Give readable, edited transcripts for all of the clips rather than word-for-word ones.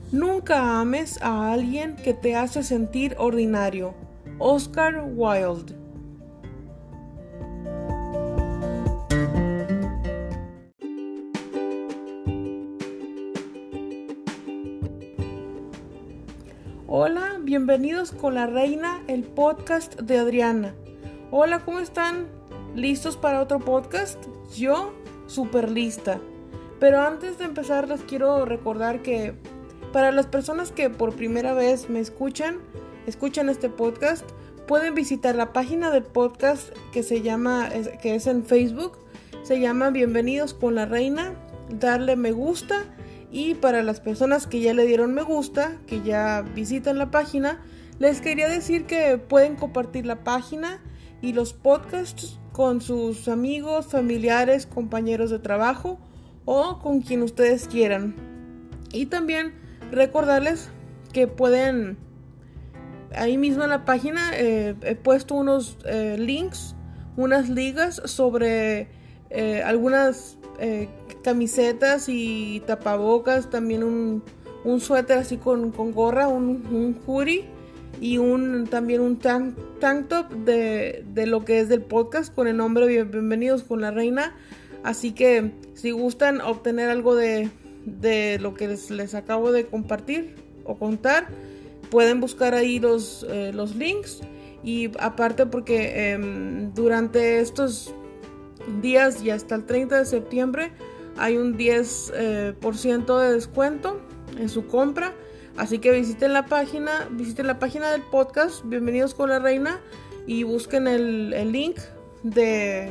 Nunca ames a alguien que te hace sentir ordinario. Oscar Wilde. Hola, bienvenidos con la reina, el podcast de Adriana. Hola, ¿cómo están? ¿Listos para otro podcast? Yo, súper lista. Pero antes de empezar les quiero recordar que para las personas que por primera vez me escuchan este podcast, pueden visitar la página del podcast que es en Facebook, se llama Bienvenidos con la Reina, darle me gusta, y para las personas que ya le dieron me gusta, que ya visitan la página, les quería decir que pueden compartir la página y los podcasts con sus amigos, familiares, compañeros de trabajo o con quien ustedes quieran. Y también recordarles que pueden, ahí mismo en la página he puesto unos links, unas ligas sobre algunas camisetas y tapabocas, también un suéter así con gorra, un hoodie y también un tank top de lo que es del podcast con el nombre Bienvenidos con la Reina. Así que si gustan obtener algo de lo que les acabo de compartir o contar, pueden buscar ahí los links. Y aparte porque durante estos días y hasta el 30 de septiembre hay un 10% de descuento en su compra, así que visiten la página del podcast Bienvenidos con la Reina y busquen el link de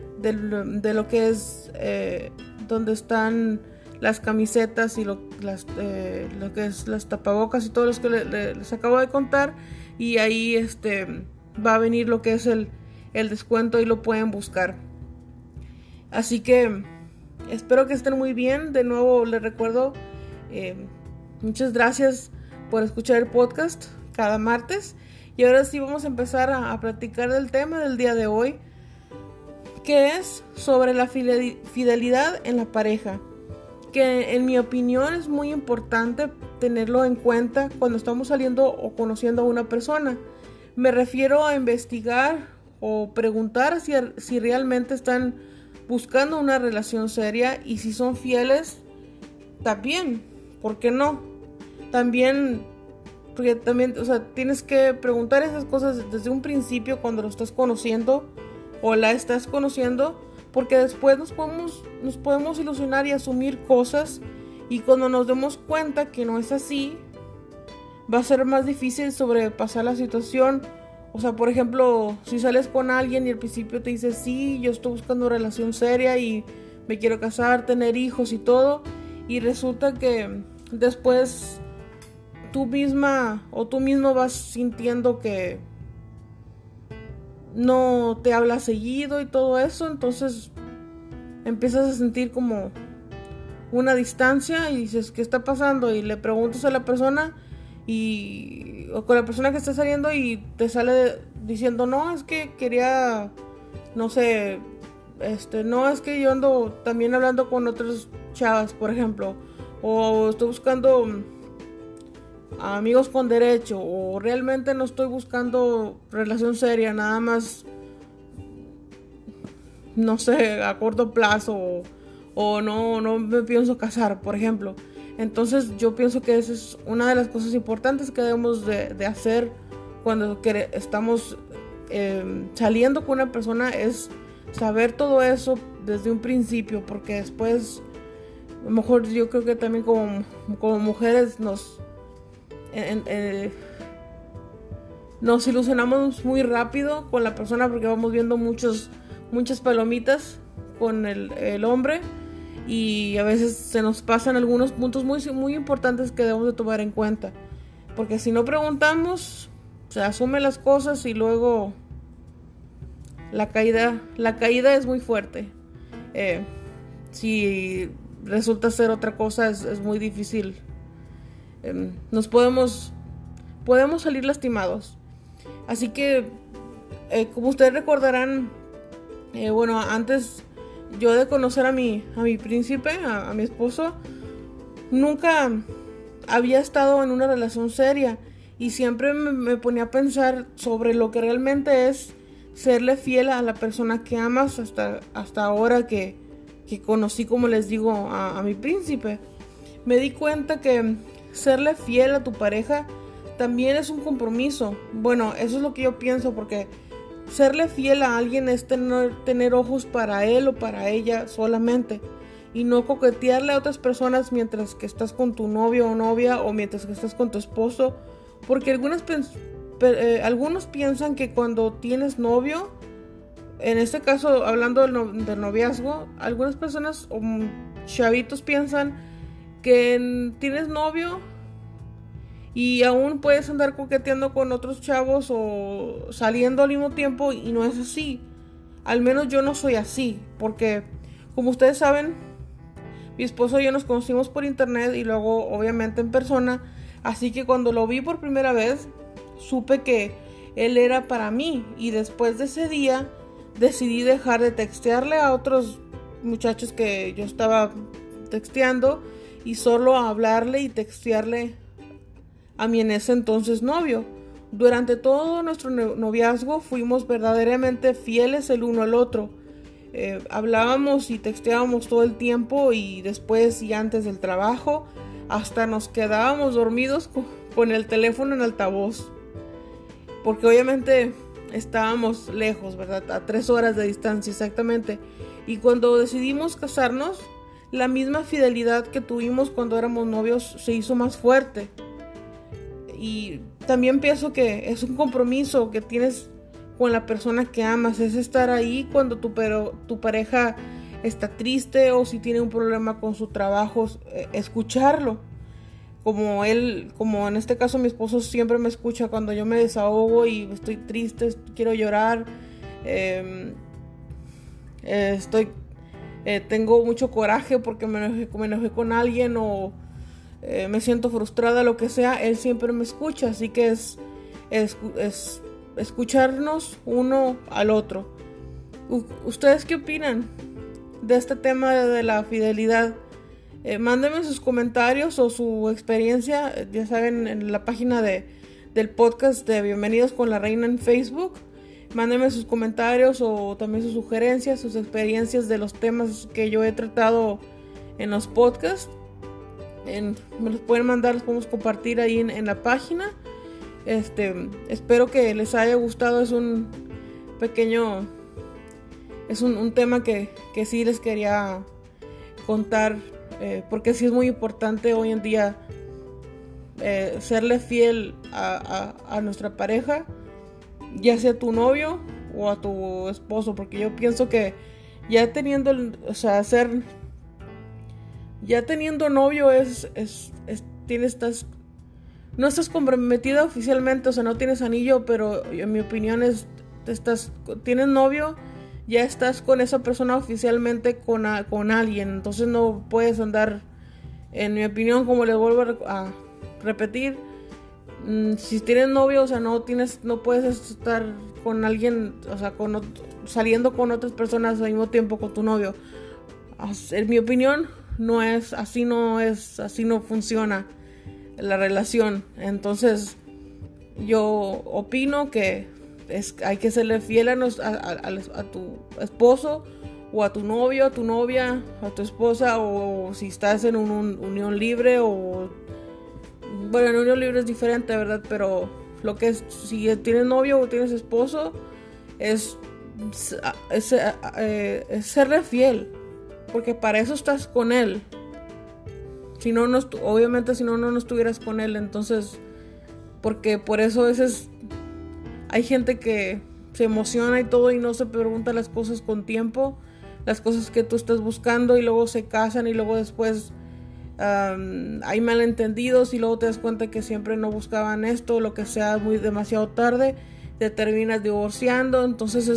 lo que es donde están las camisetas y lo que es las tapabocas y todo lo que les acabo de contar, y ahí va a venir lo que es el descuento y lo pueden buscar. Así que espero que estén muy bien. De nuevo les recuerdo, muchas gracias por escuchar el podcast cada martes, y ahora sí vamos a empezar a platicar del tema del día de hoy, que es sobre la fidelidad en la pareja, que en mi opinión es muy importante tenerlo en cuenta cuando estamos saliendo o conociendo a una persona. Me refiero a investigar o preguntar si realmente están buscando una relación seria, y si son fieles también, ¿por qué no? Porque también, o sea, tienes que preguntar esas cosas desde un principio cuando lo estás conociendo o la estás conociendo, porque después nos podemos ilusionar y asumir cosas, y cuando nos demos cuenta que no es así, va a ser más difícil sobrepasar la situación. O sea, por ejemplo, si sales con alguien y al principio te dice, sí, yo estoy buscando relación seria y me quiero casar, tener hijos y todo, y resulta que después tú misma o tú mismo vas sintiendo que no te habla seguido y todo eso, entonces empiezas a sentir como una distancia y dices, ¿qué está pasando? Y le preguntas a la persona o con la persona que está saliendo, y te sale diciendo, no, es que quería, no sé, no, es que yo ando también hablando con otras chavas, por ejemplo, o estoy buscando amigos con derecho, o realmente no estoy buscando relación seria, nada más, no sé, a corto plazo, o no me pienso casar, por ejemplo. Entonces yo pienso que esa es una de las cosas importantes que debemos de hacer cuando estamos saliendo con una persona, es saber todo eso desde un principio, porque después, a lo mejor yo creo que también como mujeres nos ilusionamos muy rápido con la persona, porque vamos viendo muchas palomitas con el hombre, y a veces se nos pasan algunos puntos muy, muy importantes que debemos de tomar en cuenta, porque si no preguntamos, se asumen las cosas y luego la caída es muy fuerte. Si resulta ser otra cosa, es muy difícil. Podemos salir lastimados. Así que, como ustedes recordarán, bueno, antes yo de conocer a mi príncipe, a mi esposo, nunca había estado en una relación seria y siempre me ponía a pensar sobre lo que realmente es serle fiel a la persona que amas hasta ahora que conocí, como les digo, a mi príncipe. Me di cuenta que serle fiel a tu pareja también es un compromiso. Bueno, eso es lo que yo pienso, porque serle fiel a alguien es tener ojos para él o para ella solamente, y no coquetearle a otras personas mientras que estás con tu novio o novia, o mientras que estás con tu esposo, porque algunos piensan que cuando tienes novio, en este caso hablando del noviazgo, algunas personas o chavitos piensan que tienes novio y aún puedes andar coqueteando con otros chavos o saliendo al mismo tiempo, y no es así. Al menos yo no soy así, porque como ustedes saben, mi esposo y yo nos conocimos por internet y luego obviamente en persona, así que cuando lo vi por primera vez supe que él era para mí, y después de ese día decidí dejar de textearle a otros muchachos que yo estaba texteando y solo hablarle y textearle a mi en ese entonces novio. Durante todo nuestro noviazgo fuimos verdaderamente fieles el uno al otro. Hablábamos y texteábamos todo el tiempo, y después y antes del trabajo hasta nos quedábamos dormidos con el teléfono en altavoz, porque obviamente estábamos lejos, ¿verdad? A 3 horas de distancia exactamente. Y cuando decidimos casarnos, la misma fidelidad que tuvimos cuando éramos novios se hizo más fuerte. Y también pienso que es un compromiso que tienes con la persona que amas, es estar ahí cuando tu pareja está triste o si tiene un problema con su trabajo, escucharlo. Como en este caso mi esposo siempre me escucha cuando yo me desahogo y estoy triste, quiero llorar, tengo mucho coraje porque me enojé con alguien o me siento frustrada, lo que sea, él siempre me escucha. Así que es escucharnos uno al otro. ¿Ustedes qué opinan de este tema de la fidelidad? Mándenme sus comentarios o su experiencia, ya saben, en la página del podcast de Bienvenidos con la Reina en Facebook. Mándenme sus comentarios o también sus sugerencias, sus experiencias de los temas que yo he tratado en los podcasts. Me los pueden mandar, los podemos compartir ahí en la página. Espero que les haya gustado. Es un pequeño, es un tema que sí les quería contar, porque sí es muy importante hoy en día serle fiel a nuestra pareja, ya sea tu novio o a tu esposo, porque yo pienso que ya teniendo novio no estás comprometida oficialmente, o sea, no tienes anillo, pero en mi opinión tienes novio, ya estás con esa persona oficialmente con alguien, entonces no puedes andar, en mi opinión, como les vuelvo a repetir, si tienes novio, o sea, no puedes estar con alguien, o sea, saliendo con otras personas al mismo tiempo con tu novio. En mi opinión, así no funciona la relación. Entonces yo opino que hay que serle fiel a tu esposo o a tu novio, a tu novia, a tu esposa, o si estás en una unión libre, o bueno, en unión libre es diferente, ¿verdad? Pero lo que es, si tienes novio o tienes esposo, es serle fiel, porque para eso estás con él. Si no, obviamente si no estuvieras con él. Entonces, porque por eso hay gente que se emociona y todo y no se pregunta las cosas con tiempo, las cosas que tú estás buscando, y luego se casan y luego después hay malentendidos y luego te das cuenta que siempre no buscaban esto, lo que sea, demasiado tarde, te terminas divorciando. Entonces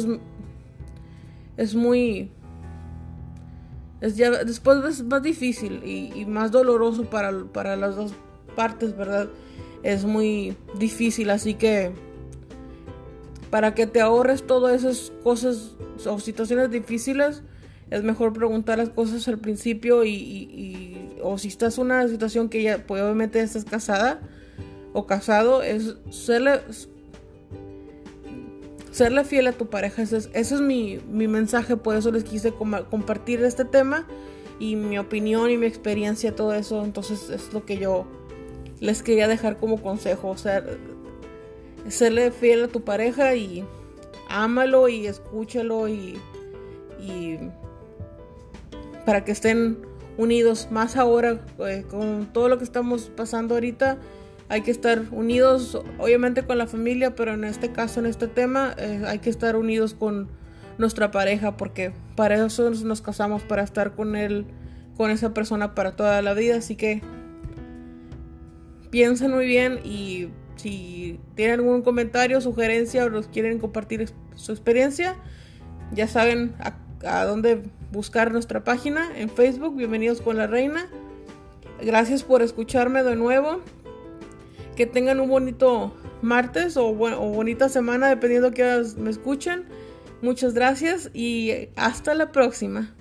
después es más difícil y más doloroso para las dos partes, ¿verdad? Es muy difícil, así que para que te ahorres todas esas cosas o situaciones difíciles, es mejor preguntar las cosas al principio y o si estás en una situación que ya pues, obviamente estás casada o casado, es serle fiel a tu pareja. Ese es mi mensaje. Por eso les quise compartir este tema y mi opinión y mi experiencia, todo eso. Entonces es lo que yo les quería dejar como consejo. O sea, serle fiel a tu pareja y ámalo y escúchalo y para que estén unidos. Más ahora con todo lo que estamos pasando ahorita, hay que estar unidos, obviamente con la familia, pero en este caso, en este tema, hay que estar unidos con nuestra pareja, porque para eso nos casamos, para estar con él, con esa persona para toda la vida. Así que piensen muy bien, y si tienen algún comentario, sugerencia o nos quieren compartir su experiencia, ya saben a dónde buscar nuestra página en Facebook, Bienvenidos con la Reina. Gracias por escucharme de nuevo. Que tengan un bonito martes o bonita semana, dependiendo de que me escuchen. Muchas gracias y hasta la próxima.